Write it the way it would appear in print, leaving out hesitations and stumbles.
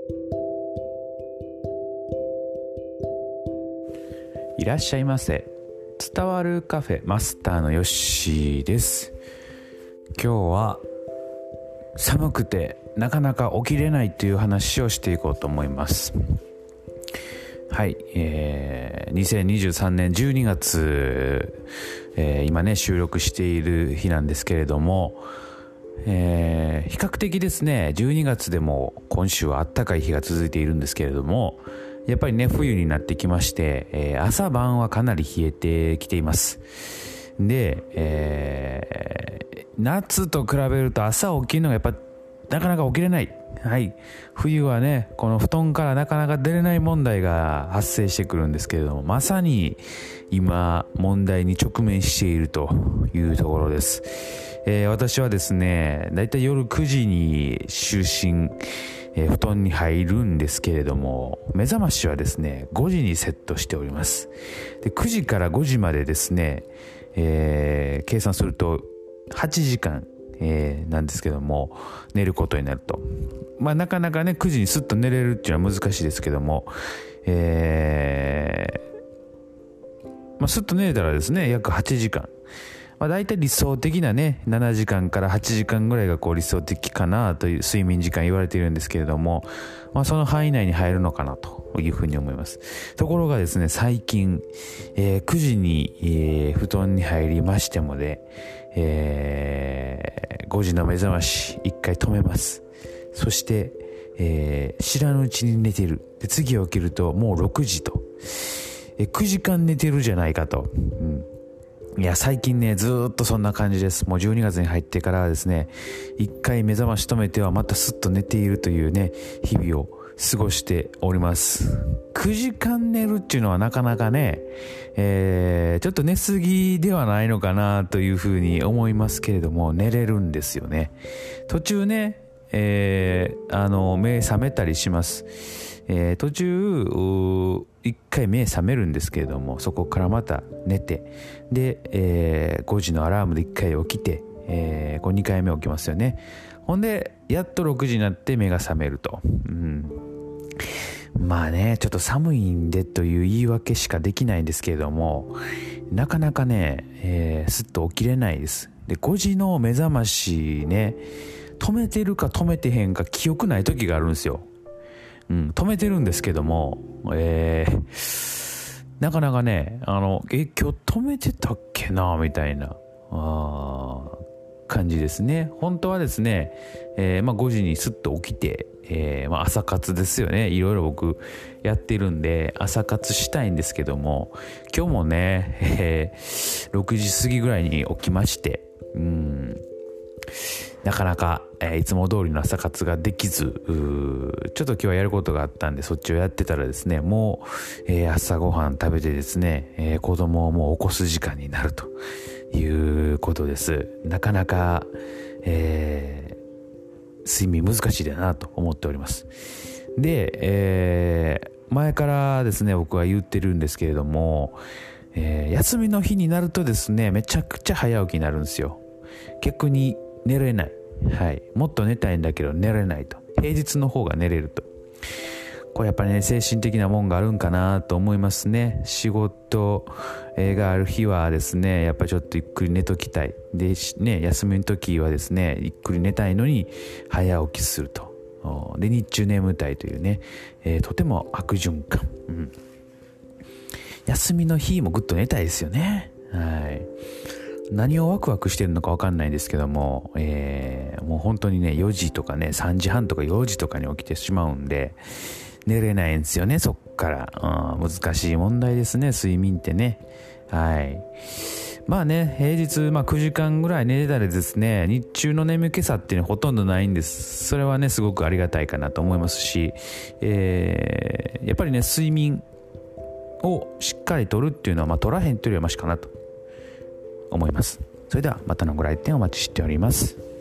いらっしゃいませ。伝わるカフェマスターのヨッシーです。今日は寒くてなかなか起きれないという話をしていこうと思います。はい、2023年12月、今ね収録している日なんですけれども、比較的ですね12月でも今週は暖かい日が続いているんですけれども、やっぱりね冬になってきまして、朝晩はかなり冷えてきています。で、夏と比べると朝起きるのがやっぱなかなか起きれない。はい、冬はねこの布団からなかなか出れない問題が発生してくるんですけれども、まさに今問題に直面しているというところです。私はですねだいたい夜9時に就寝、布団に入るんですけれども、目覚ましはですね5時にセットしております。で9時から5時までですね、計算すると8時間、なんですけども寝ることになると、なかなかね9時にスッと寝れるっていうのは難しいですけども、スッと寝れたらですね約8時間、だいたい理想的なね7時間から8時間ぐらいが理想的かなという睡眠時間言われているんですけれども、その範囲内に入るのかなというふうに思います。ところがですね最近、9時に、布団に入りましてもで、5時の目覚まし1回止めます。そして、知らぬうちに寝てる。で次起きるともう6時と、9時間寝てるじゃないかと、いや最近ねずーっとそんな感じです。もう12月に入ってからはですね1回目覚まし止めてはまたスッと寝ているというね日々を過ごしております。9時間寝るっていうのはなかなかね、ちょっと寝すぎではないのかなというふうに思いますけれども、寝れるんですよね。途中ね、目覚めたりします。途中一回目覚めるんですけれども、そこからまた寝てで、5時のアラームで一回起きて、2回目起きますよね。ほんでやっと6時になって目が覚めると、まあねちょっと寒いんでという言い訳しかできないんですけれども、なかなかね、すっと起きれないです。で5時の目覚ましね止めてるか止めてへんか記憶ない時があるんですよ。止めてるんですけども、なかなかね今日止めてたっけなみたいな感じですね。本当はですね、5時にスッと起きて、朝活ですよね。いろいろ僕やってるんで朝活したいんですけども、今日もね、6時過ぎぐらいに起きまして、なかなか、いつも通りの朝活ができず、ちょっと今日はやることがあったんでそっちをやってたらですねもう、朝ごはん食べてですね、子供をもう起こす時間になるということです。なかなか、睡眠難しいだなと思っております。で、前からですね僕は言ってるんですけれども、休みの日になるとですねめちゃくちゃ早起きになるんですよ。逆に寝れない、もっと寝たいんだけど寝れないと。平日の方が寝れると。これやっぱりね精神的なもんがあるんかなと思いますね。仕事がある日はですねやっぱりちょっとゆっくり寝ときたいで、ね、休みの時はですねゆっくり寝たいのに早起きすると。で日中眠たいというね、とても悪循環、休みの日もぐっと寝たいですよね。何をワクワクしてるのか分かんないんですけども、もう本当にね4時とかね3時半とか4時とかに起きてしまうんで寝れないんですよね。そっから、難しい問題ですね睡眠ってね。平日、9時間ぐらい寝れたらですね日中の眠気さっていうのはほとんどないんです。それはねすごくありがたいかなと思いますし、やっぱりね睡眠をしっかりとるっていうのは、取らへんというよりはマシかなと思います。それではまたのご来店お待ちしております。